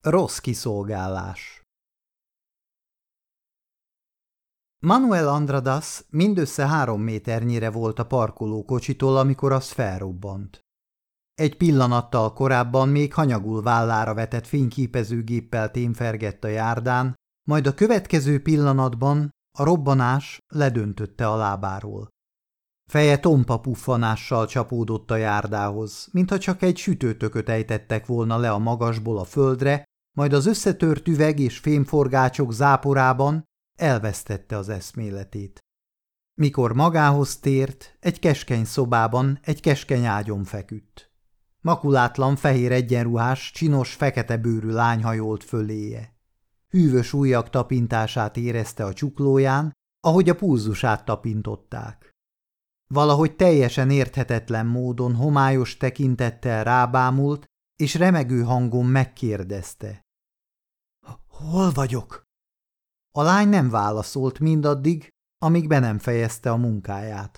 Rossz kiszolgálás. Manuel Andradas mindössze 3 méternyire volt a parkolókocsitól, amikor az felrobbant. Egy pillanattal korábban még hanyagul vállára vetett fényképezőgéppel témfergett a járdán, majd a következő pillanatban a robbanás ledöntötte a lábáról. Feje tompa puffanással csapódott a járdához, mintha csak egy sütőtököt ejtettek volna le a magasból a földre, majd az összetört üveg és fémforgácsok záporában elvesztette az eszméletét. Mikor magához tért, egy keskeny szobában, egy keskeny ágyon feküdt. Makulátlan fehér egyenruhás, csinos, fekete bőrű lány hajolt föléje. Hűvös ujjak tapintását érezte a csuklóján, ahogy a pulzusát tapintották. Valahogy teljesen érthetetlen módon homályos tekintettel rábámult, és remegő hangon megkérdezte. Hol vagyok? A lány nem válaszolt mindaddig, amíg be nem fejezte a munkáját.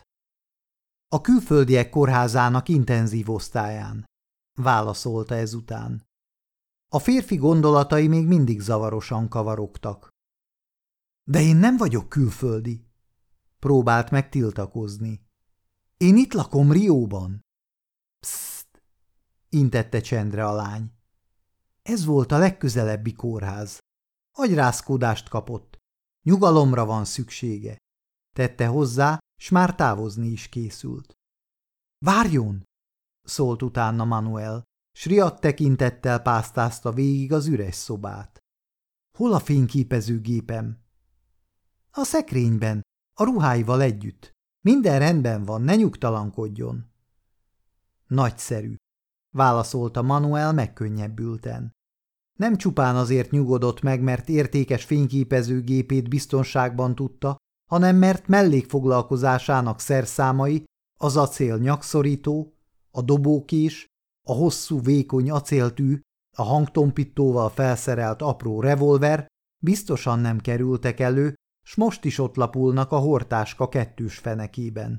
A külföldiek kórházának intenzív osztályán, válaszolta ezután. A férfi gondolatai még mindig zavarosan kavarogtak. De én nem vagyok külföldi, próbált meg tiltakozni. Én itt lakom Rióban. Pszt, intette csendre a lány. Ez volt a legközelebbi kórház. Agyrázkódást kapott. Nyugalomra van szüksége. Tette hozzá, s már távozni is készült. Várjon! Szólt utána Manuel, s riadt tekintettel pásztázta végig az üres szobát. Hol a fényképezőgépem? A szekrényben, a ruháival együtt. Minden rendben van, ne nyugtalankodjon. Nagyszerű, válaszolta Manuel megkönnyebbülten. Nem csupán azért nyugodott meg, mert értékes fényképezőgépét biztonságban tudta, hanem mert mellékfoglalkozásának szerszámai, az acél nyakszorító, a dobókés, a hosszú vékony acéltű, a hangtompítóval felszerelt apró revolver biztosan nem kerültek elő, s most is ott lapulnak a hordtáska kettős fenekében.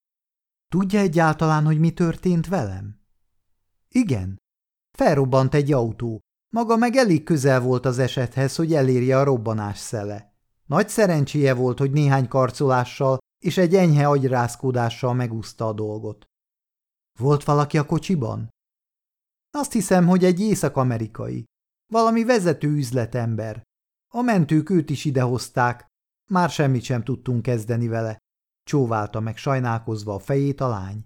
Tudja egyáltalán, hogy mi történt velem? Igen. Felrobbant egy autó. Maga meg elég közel volt az esethez, hogy elérje a robbanás szele. Nagy szerencséje volt, hogy néhány karcolással és egy enyhe agyrázkódással megúszta a dolgot. Volt valaki a kocsiban? Azt hiszem, hogy egy észak-amerikai. Valami vezető üzletember. A mentők őt is idehozták. Már semmit sem tudtunk kezdeni vele. Csóválta meg sajnálkozva a fejét a lány.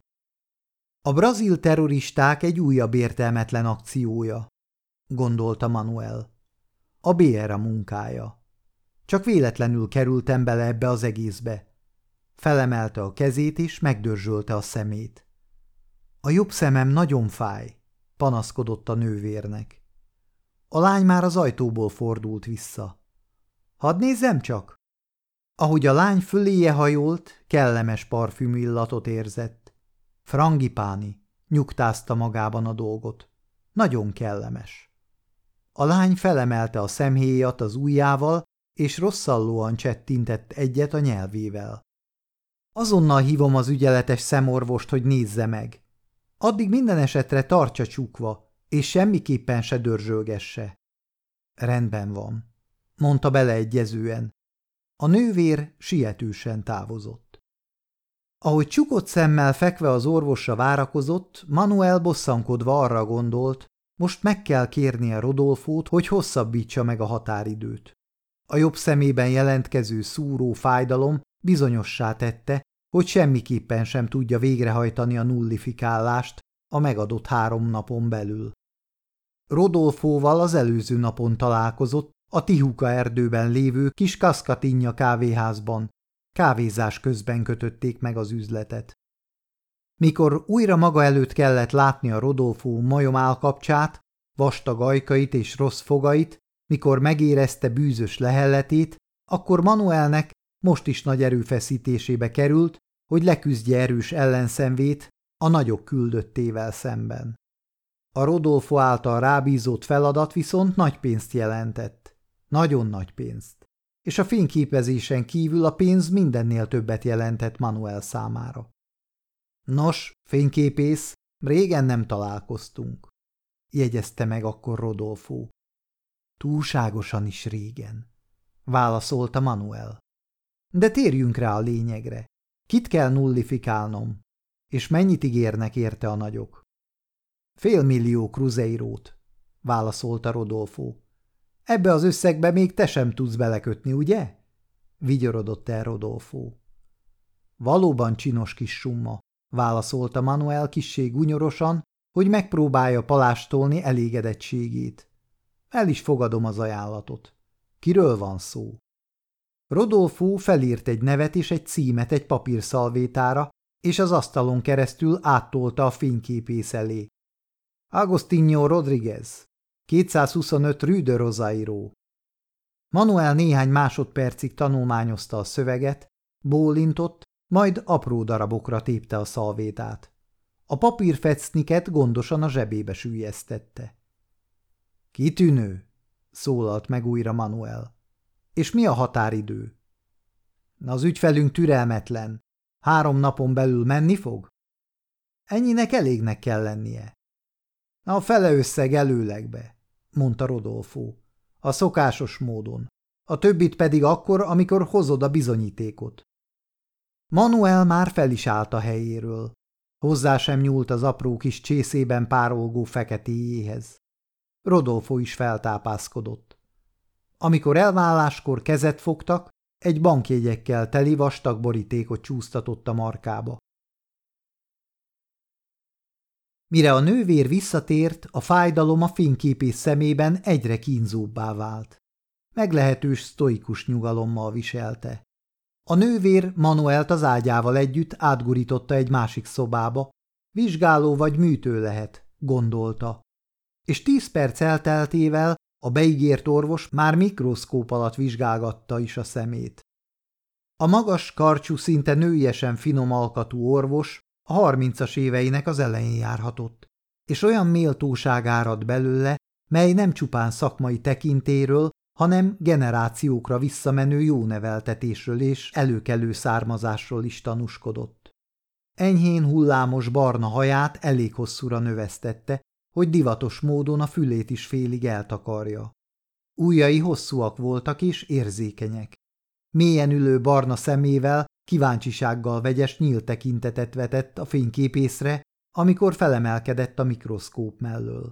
A brazil terroristák egy újabb értelmetlen akciója, gondolta Manuel. A BR a munkája. Csak véletlenül kerültem bele ebbe az egészbe. Felemelte a kezét és megdörzsölte a szemét. A jobb szemem nagyon fáj, panaszkodott a nővérnek. A lány már az ajtóból fordult vissza. Hadd nézzem csak! Ahogy a lány föléje hajolt, kellemes parfüm illatot érzett. Frangipáni, nyugtázta magában a dolgot. Nagyon kellemes. A lány felemelte a szemhéjat az ujjával, és rosszallóan csettintett egyet a nyelvével. Azonnal hívom az ügyeletes szemorvost, hogy nézze meg. Addig minden esetre tartsa csukva, és semmiképpen se dörzsölgesse. Rendben van, mondta beleegyezően. A nővér sietősen távozott. Ahogy csukott szemmel fekve az orvosra várakozott, Manuel bosszankodva arra gondolt, most meg kell kérnie Rodolfót, hogy hosszabbítsa meg a határidőt. A jobb szemében jelentkező szúró fájdalom bizonyossá tette, hogy semmiképpen sem tudja végrehajtani a nullifikálást a megadott 3 napon belül. Rodolfóval az előző napon találkozott a Tijuca erdőben lévő kis Cascatinha kávéházban. Kávézás közben kötötték meg az üzletet. Mikor újra maga előtt kellett látni a Rodolfo majom állkapcsát, vastag ajkait és rossz fogait, mikor megérezte bűzös lehelletét, akkor Manuelnek most is nagy erőfeszítésébe került, hogy leküzdje erős ellenszenvét a nagyok küldöttével szemben. A Rodolfo által rábízott feladat viszont nagy pénzt jelentett. Nagyon nagy pénzt. És a fényképezésen kívül a pénz mindennél többet jelentett Manuel számára. Nos, fényképész, régen nem találkoztunk, jegyezte meg akkor Rodolfo. Túlságosan is régen, válaszolta Manuel. De térjünk rá a lényegre. Kit kell nullifikálnom? És mennyit ígérnek érte a nagyok? 500 000 kruzeirót, válaszolta Rodolfo. Ebbe az összegbe még te sem tudsz belekötni, ugye? Vigyorodott el Rodolfo. Valóban csinos kis summa, válaszolta Manuel kissé gúnyorosan, hogy megpróbálja palástolni elégedettségét. El is fogadom az ajánlatot. Kiről van szó? Rodolfo felírt egy nevet és egy címet egy papírszalvétára, és az asztalon keresztül áttolta a fényképész elé. Agostinho Rodriguez, 225 Rue de Rosairo. Manuel néhány másodpercig tanulmányozta a szöveget, bólintott, majd apró darabokra tépte a szalvétát. A papírfecniket gondosan a zsebébe süllyesztette. Kitűnő, szólalt meg újra Manuel. És mi a határidő? Az ügyfelünk türelmetlen. 3 napon belül menni fog? Ennyinek elégnek kell lennie. A fele összeg előlegbe, mondta Rodolfo. A szokásos módon. A többit pedig akkor, amikor hozod a bizonyítékot. Manuel már fel is állt a helyéről. Hozzá sem nyúlt az apró kis csészében párolgó feketéjéhez. Rodolfo is feltápászkodott. Amikor elválláskor kezet fogtak, egy bankjegyekkel teli vastag borítékot csúsztatott a markába. Mire a nővér visszatért, a fájdalom a fényképész szemében egyre kínzóbbá vált. Meglehetős sztoikus nyugalommal viselte. A nővér Manuelt az ágyával együtt átgurította egy másik szobába, vizsgáló vagy műtő lehet, gondolta. És 10 perc elteltével a beígért orvos már mikroszkóp alatt vizsgálgatta is a szemét. A magas, karcsú, szinte nőiesen finom alkatú orvos a 30-as éveinek az elején járhatott, és olyan méltóság árad belőle, mely nem csupán szakmai tekintéről, hanem generációkra visszamenő jó neveltetésről és előkelő származásról is tanúskodott. Enyhén hullámos barna haját elég hosszúra növesztette, hogy divatos módon a fülét is félig eltakarja. Ujjai hosszúak voltak és érzékenyek. Mélyen ülő barna szemével kíváncsisággal vegyes nyílt tekintetet vetett a fényképészre, amikor felemelkedett a mikroszkóp mellől.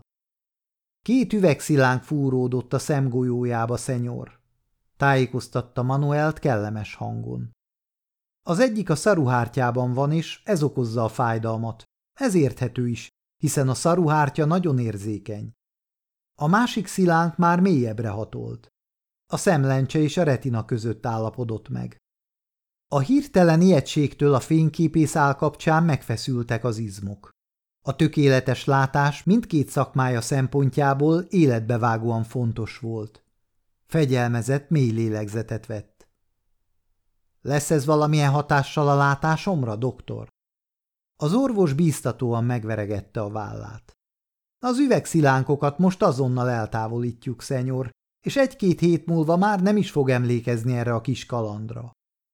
2 üvegszilánk fúródott a szemgolyójába, szenyor, tájékoztatta Manuelt kellemes hangon. Az egyik a szaruhártyában van, és ez okozza a fájdalmat. Ez érthető is, hiszen a szaruhártya nagyon érzékeny. A másik szilánk már mélyebbre hatolt. A szemlencse és a retina között állapodott meg. A hirtelen ijegységtől a fényképész állkapcsán megfeszültek az izmok. A tökéletes látás mindkét szakmája szempontjából életbevágóan fontos volt. Fegyelmezett, mély lélegzetet vett. Lesz ez valamilyen hatással a látásomra, doktor? Az orvos bíztatóan megveregette a vállát. Az üvegszilánkokat most azonnal eltávolítjuk, szenyor, és 1-2 hét múlva már nem is fog emlékezni erre a kis kalandra.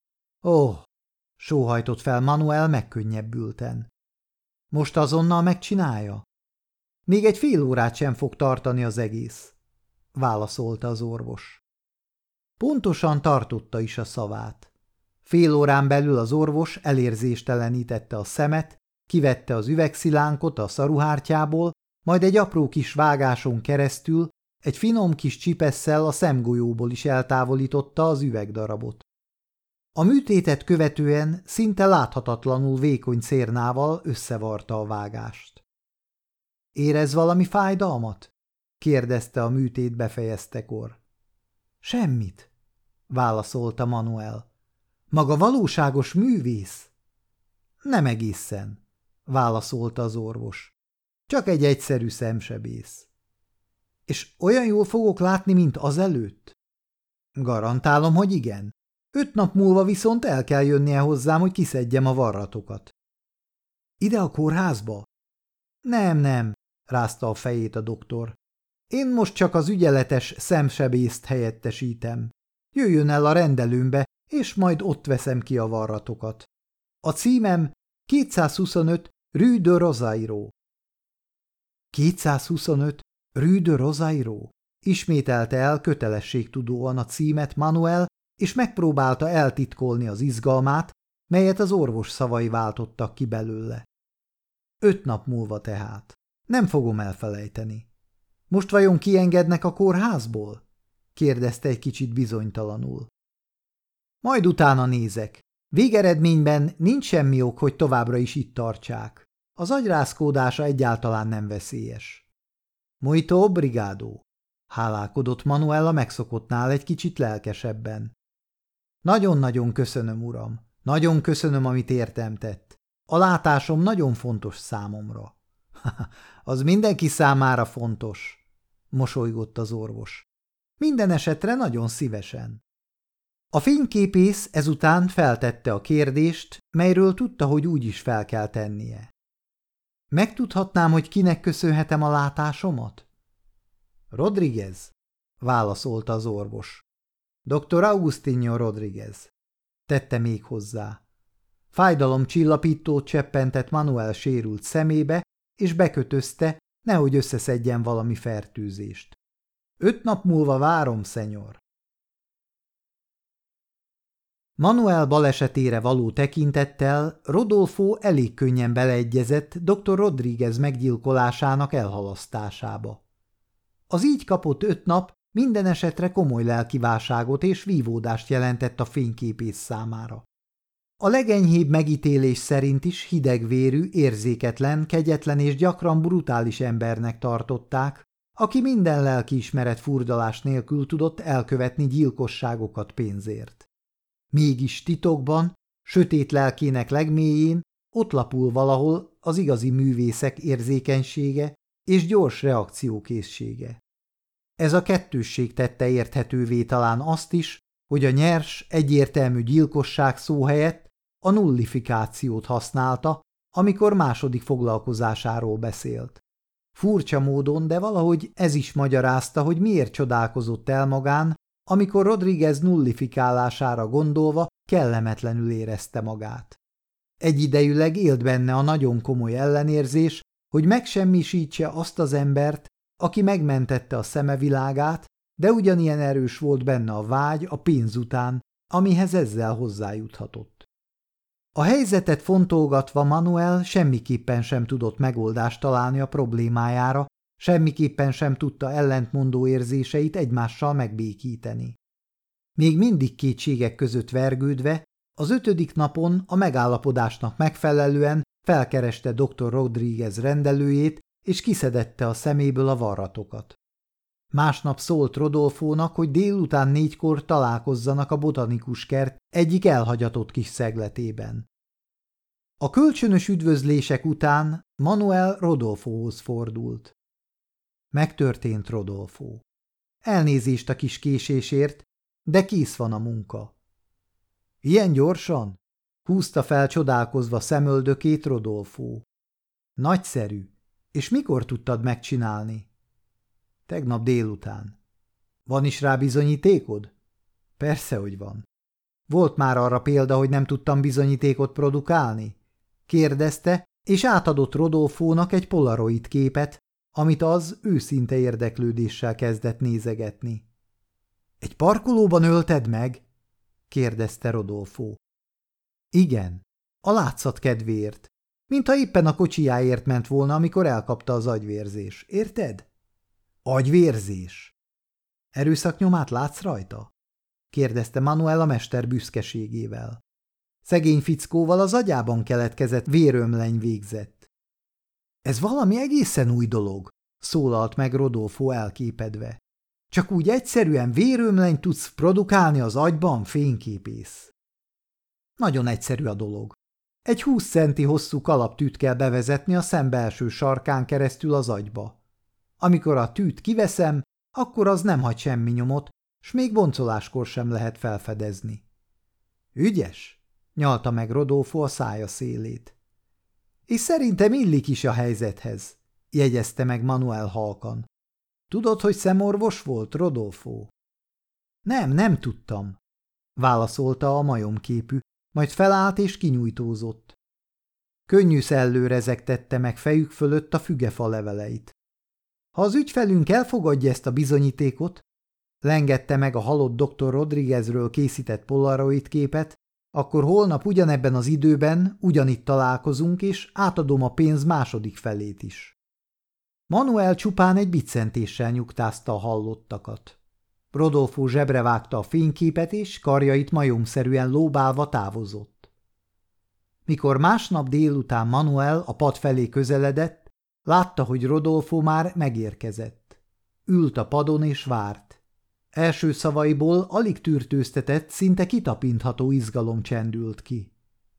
Sóhajtott fel Manuel megkönnyebbülten. Most azonnal megcsinálja? Még egy fél órát sem fog tartani az egész, válaszolta az orvos. Pontosan tartotta is a szavát. Fél órán belül az orvos elérzéstelenítette a szemet, kivette az üvegszilánkot a szaruhártyából, majd egy apró kis vágáson keresztül egy finom kis csipesszel a szemgolyóból is eltávolította az üvegdarabot. A műtétet követően szinte láthatatlanul vékony cérnával összevarta a vágást. Érez valami fájdalmat? kérdezte a műtét befejeztekor. Semmit, válaszolta Manuel. Maga valóságos művész? Nem egészen, válaszolta az orvos. Csak egy egyszerű szemsebész. És olyan jól fogok látni, mint azelőtt? Garantálom, hogy igen. 5 nap múlva viszont el kell jönnie hozzám, hogy kiszedjem a varratokat. Ide a kórházba? Nem, rázta a fejét a doktor. Én most csak az ügyeletes szemsebészt helyettesítem. Jöjjön el a rendelőmbe, és majd ott veszem ki a varratokat. A címem 225 Rue de Rosairo. 225 Rue de Rosairo? ismételte el kötelességtudóan a címet Manuel, és megpróbálta eltitkolni az izgalmát, melyet az orvos szavai váltottak ki belőle. 5 nap múlva tehát. Nem fogom elfelejteni. Most vajon kiengednek a kórházból? Kérdezte egy kicsit bizonytalanul. Majd utána nézek. Végeredményben nincs semmi ok, hogy továbbra is itt tartsák. Az agyrázkódása egyáltalán nem veszélyes. Muito obrigado, hálálkodott Manuel a megszokottnál egy kicsit lelkesebben. Nagyon-nagyon köszönöm, uram. Nagyon köszönöm, amit értem tett. A látásom nagyon fontos számomra. Az mindenki számára fontos, mosolygott az orvos. Minden esetre nagyon szívesen. A fényképész ezután feltette a kérdést, melyről tudta, hogy úgy is fel kell tennie. Megtudhatnám, hogy kinek köszönhetem a látásomat? Rodriguez, válaszolta az orvos. Dr. Agustinho Rodriguez, tette még hozzá. Fájdalomcsillapítót cseppentett Manuel sérült szemébe, és bekötözte, nehogy összeszedjen valami fertőzést. 5 nap múlva várom, szenyor. Manuel balesetére való tekintettel Rodolfo elég könnyen beleegyezett dr. Rodriguez meggyilkolásának elhalasztásába. Az így kapott 5 nap minden esetre komoly lelkiválságot és vívódást jelentett a fényképész számára. A legenyhébb megítélés szerint is hidegvérű, érzéketlen, kegyetlen és gyakran brutális embernek tartották, aki minden lelkiismeret furdalás nélkül tudott elkövetni gyilkosságokat pénzért. Mégis titokban, sötét lelkének legmélyén ott lapul valahol az igazi művészek érzékenysége és gyors reakciókészsége. Ez a kettősség tette érthetővé talán azt is, hogy a nyers, egyértelmű gyilkosság szó helyett a nullifikációt használta, amikor második foglalkozásáról beszélt. Furcsa módon, de valahogy ez is magyarázta, hogy miért csodálkozott el magán, amikor Rodriguez nullifikálására gondolva kellemetlenül érezte magát. Egyidejűleg élt benne a nagyon komoly ellenérzés, hogy megsemmisítse azt az embert, aki megmentette a szeme világát, de ugyanilyen erős volt benne a vágy a pénz után, amihez ezzel hozzájuthatott. A helyzetet fontolgatva Manuel semmiképpen sem tudott megoldást találni a problémájára, semmiképpen sem tudta ellentmondó érzéseit egymással megbékíteni. Még mindig kétségek között vergődve, az 5. napon a megállapodásnak megfelelően felkereste dr. Rodriguez rendelőjét, és kiszedette a szeméből a varratokat. Másnap szólt Rodolfónak, hogy délután 4-kor találkozzanak a botanikus kert egyik elhagyatott kis szegletében. A kölcsönös üdvözlések után Manuel Rodolfóhoz fordult. Megtörtént, Rodolfo. Elnézést a kis késésért, de kész van a munka. Ilyen gyorsan? Húzta fel csodálkozva szemöldökét Rodolfo. Nagyszerű. És mikor tudtad megcsinálni? Tegnap délután. Van is rá bizonyítékod? Persze, hogy van. Volt már arra példa, hogy nem tudtam bizonyítékot produkálni? Kérdezte, és átadott Rodolfónak egy polaroid képet, amit az őszinte érdeklődéssel kezdett nézegetni. Egy parkolóban ölted meg? Kérdezte Rodolfo. Igen, a látszat kedvéért. Mintha éppen a kocsijáért ment volna, amikor elkapta az agyvérzés. Érted? Agyvérzés. Erőszaknyomát látsz rajta? Kérdezte Manuel a mester büszkeségével. Szegény fickóval az agyában keletkezett vérömleny végzett. Ez valami egészen új dolog, szólalt meg Rodolfo elképedve. Csak úgy egyszerűen vérömleny tudsz produkálni az agyban, fényképész. Nagyon egyszerű a dolog. Egy 20 centi hosszú kalaptűt kell bevezetni a szem belső sarkán keresztül az agyba. Amikor a tűt kiveszem, akkor az nem hagy semmi nyomot, s még boncoláskor sem lehet felfedezni. Ügyes? Nyalta meg Rodolfo a szája szélét. És szerintem illik is a helyzethez, jegyezte meg Manuel halkan. Tudod, hogy szemorvos volt, Rodolfo? Nem tudtam, válaszolta a majomképű, majd felállt és kinyújtózott. Könnyű szellő rezegtette meg fejük fölött a fügefa leveleit. Ha az ügyfelünk elfogadja ezt a bizonyítékot, lengette meg a halott dr. Rodriguezről készített polaroid képet, akkor holnap ugyanebben az időben ugyanitt találkozunk, és átadom a pénz második felét is. Manuel csupán egy biccentéssel nyugtázta a hallottakat. Rodolfo zsebre vágta a fényképet, és karjait majomszerűen lóbálva távozott. Mikor másnap délután Manuel a pad felé közeledett, látta, hogy Rodolfo már megérkezett. Ült a padon és várt. Első szavaiból alig tűrtőztetett, szinte kitapintható izgalom csendült ki.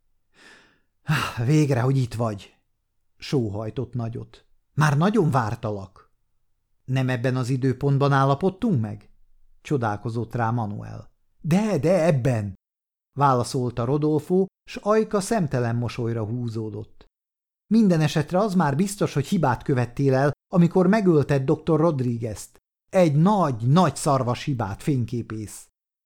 Végre, hogy itt vagy! Sóhajtott nagyot. Már nagyon vártalak. Nem ebben az időpontban állapodtunk meg? Csodálkozott rá Manuel. De ebben! Válaszolta Rodolfo, s ajka szemtelen mosolyra húzódott. Minden esetre az már biztos, hogy hibát követtél el, amikor megölted dr. Rodriguezt. Egy nagy szarvas hibát, fényképész.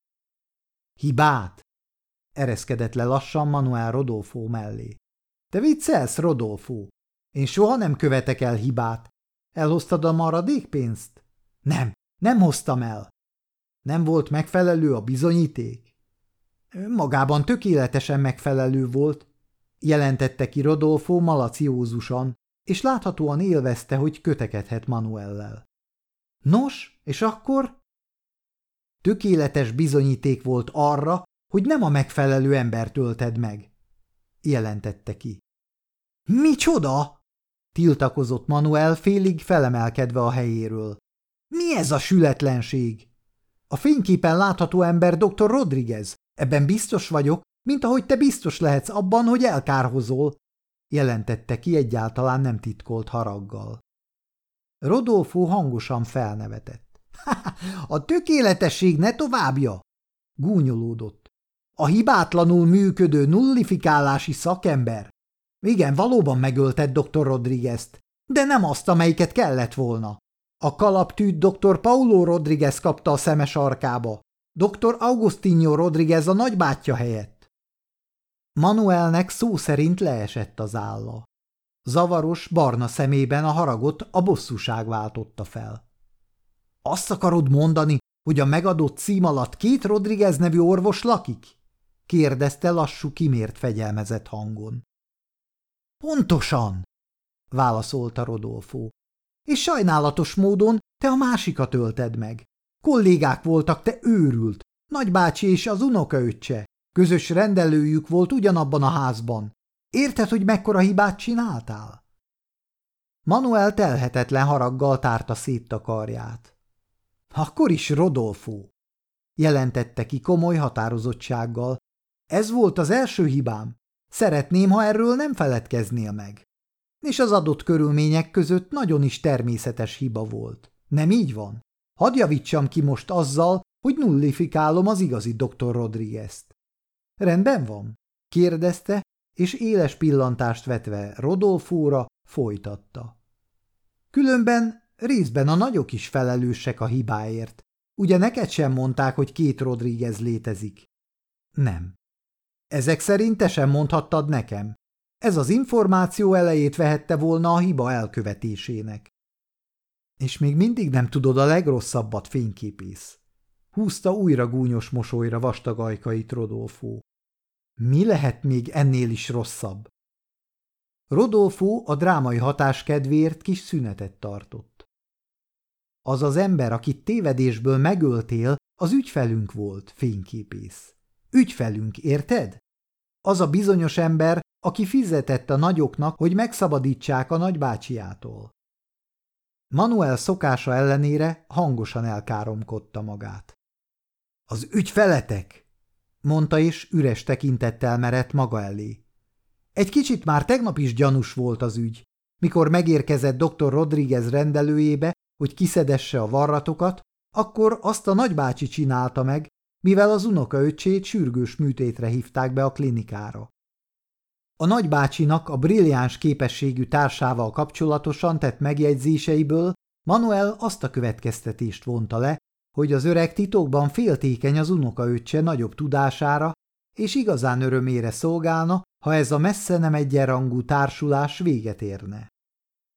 Hibát? Ereszkedett le lassan Manuel Rodolfo mellé. Te viccelsz, Rodolfo? Én soha nem követek el hibát. Elhoztad a maradékpénzt? Nem hoztam el. Nem volt megfelelő a bizonyíték? Magában tökéletesen megfelelő volt, jelentette ki Rodolfo malaciózusan, és láthatóan élvezte, hogy kötekedhet Manuellel. Nos, és akkor? Tökéletes bizonyíték volt arra, hogy nem a megfelelő embert ölted meg, jelentette ki. Micsoda? Tiltakozott Manuel félig felemelkedve a helyéről. Mi ez a sületlenség? A fényképen látható ember dr. Rodriguez, ebben biztos vagyok, mint ahogy te biztos lehetsz abban, hogy elkárhozol, jelentette ki egyáltalán nem titkolt haraggal. Rodolfo hangosan felnevetett. A tökéletesség ne továbbja! Gúnyolódott. A hibátlanul működő nullifikálási szakember. Igen, valóban megölted dr. Rodriguezt, de nem azt, amelyiket kellett volna. A kalaptűt dr. Paulo Rodriguez kapta a szeme sarkába. Dr. Agostinho Rodriguez a nagybátyja helyett. Manuelnek szó szerint leesett az álla. Zavaros, barna szemében a haragot a bosszúság váltotta fel. Azt akarod mondani, hogy a megadott cím alatt 2 Rodriguez nevű orvos lakik? Kérdezte lassú, kimért fegyelmezett hangon. Pontosan, válaszolta Rodolfo. És sajnálatos módon te a másikat ölted meg. Kollégák voltak, te őrült, nagybácsi és az unokaöccse. Közös rendelőjük volt ugyanabban a házban. Érted, hogy mekkora hibát csináltál? Manuel telhetetlen haraggal tárta szét a karját. Akkor is, Rodolfo, jelentette ki komoly határozottsággal. Ez volt az első hibám. Szeretném, ha erről nem feledkeznél meg. És az adott körülmények között nagyon is természetes hiba volt. Nem így van? Hadd javítsam ki most azzal, hogy nullifikálom az igazi dr. Rodriguezt. Rendben van? Kérdezte, és éles pillantást vetve Rodolfóra folytatta. Különben részben a nagyok is felelősek a hibáért. Ugye neked sem mondták, hogy 2 Rodriguez létezik? Nem. Ezek szerint te sem mondhattad nekem. Ez az információ elejét vehette volna a hiba elkövetésének. És még mindig nem tudod a legrosszabbat, fényképész. Húzta újra gúnyos mosolyra vastag ajkait Rodolfo. Mi lehet még ennél is rosszabb? Rodolfo a drámai hatás kedvéért kis szünetet tartott. Az az ember, akit tévedésből megöltél, az ügyfelünk volt, fényképész. Ügyfelünk, érted? Az a bizonyos ember, aki fizetett a nagyoknak, hogy megszabadítsák a nagybácsiától. Manuel szokása ellenére hangosan elkáromkodta magát. Az ügyfeletek, mondta, és üres tekintettel merett maga elé. Egy kicsit már tegnap is gyanús volt az ügy, mikor megérkezett dr. Rodriguez rendelőjébe, hogy kiszedesse a varratokat, akkor azt a nagybácsi csinálta meg, mivel az unokaöccsét sürgős műtétre hívták be a klinikára. A nagybácsinak a brilliáns képességű társával kapcsolatosan tett megjegyzéseiből Manuel azt a következtetést vonta le, hogy az öreg titokban féltékeny az unokaöccse nagyobb tudására, és igazán örömére szolgálna, ha ez a messze nem egyenrangú társulás véget érne.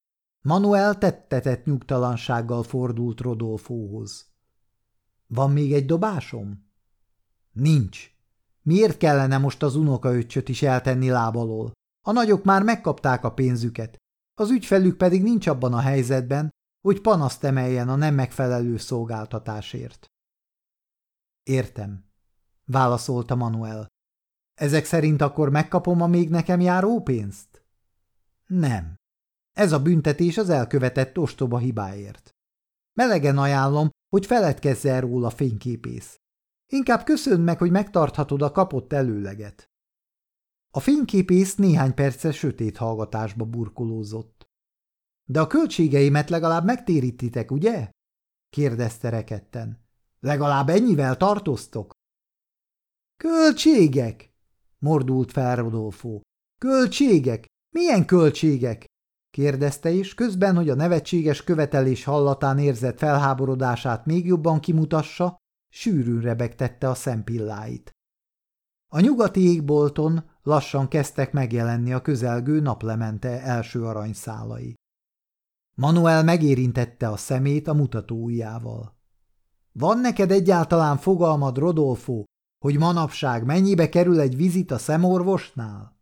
Manuel tettetett nyugtalansággal fordult Rodolfóhoz. Van még egy dobásom? Nincs. Miért kellene most az unokaöccsöt is eltenni láb alól? A nagyok már megkapták a pénzüket, az ügyfelük pedig nincs abban a helyzetben, hogy panaszt emeljen a nem megfelelő szolgáltatásért. Értem, válaszolta Manuel. Ezek szerint akkor megkapom a még nekem járó pénzt? Nem. Ez a büntetés az elkövetett ostoba hibáért. Melegen ajánlom, hogy feledkezz el róla, fényképész. Inkább köszönd meg, hogy megtarthatod a kapott előleget. A fényképész néhány perces sötét hallgatásba burkolózott. De a költségeimet legalább megtérítitek, ugye? Kérdezte rekedten. Legalább ennyivel tartoztok? Költségek? Mordult fel Rodolfo. Költségek? Milyen költségek? Kérdezte is, közben, hogy a nevetséges követelés hallatán érzett felháborodását még jobban kimutassa, sűrűn rebegtette a szempilláit. A nyugati égbolton lassan kezdtek megjelenni a közelgő naplemente első aranyszálai. Manuel megérintette a szemét a mutatóujjával. Van neked egyáltalán fogalmad, Rodolfo, hogy manapság mennyibe kerül egy vizit a szemorvosnál?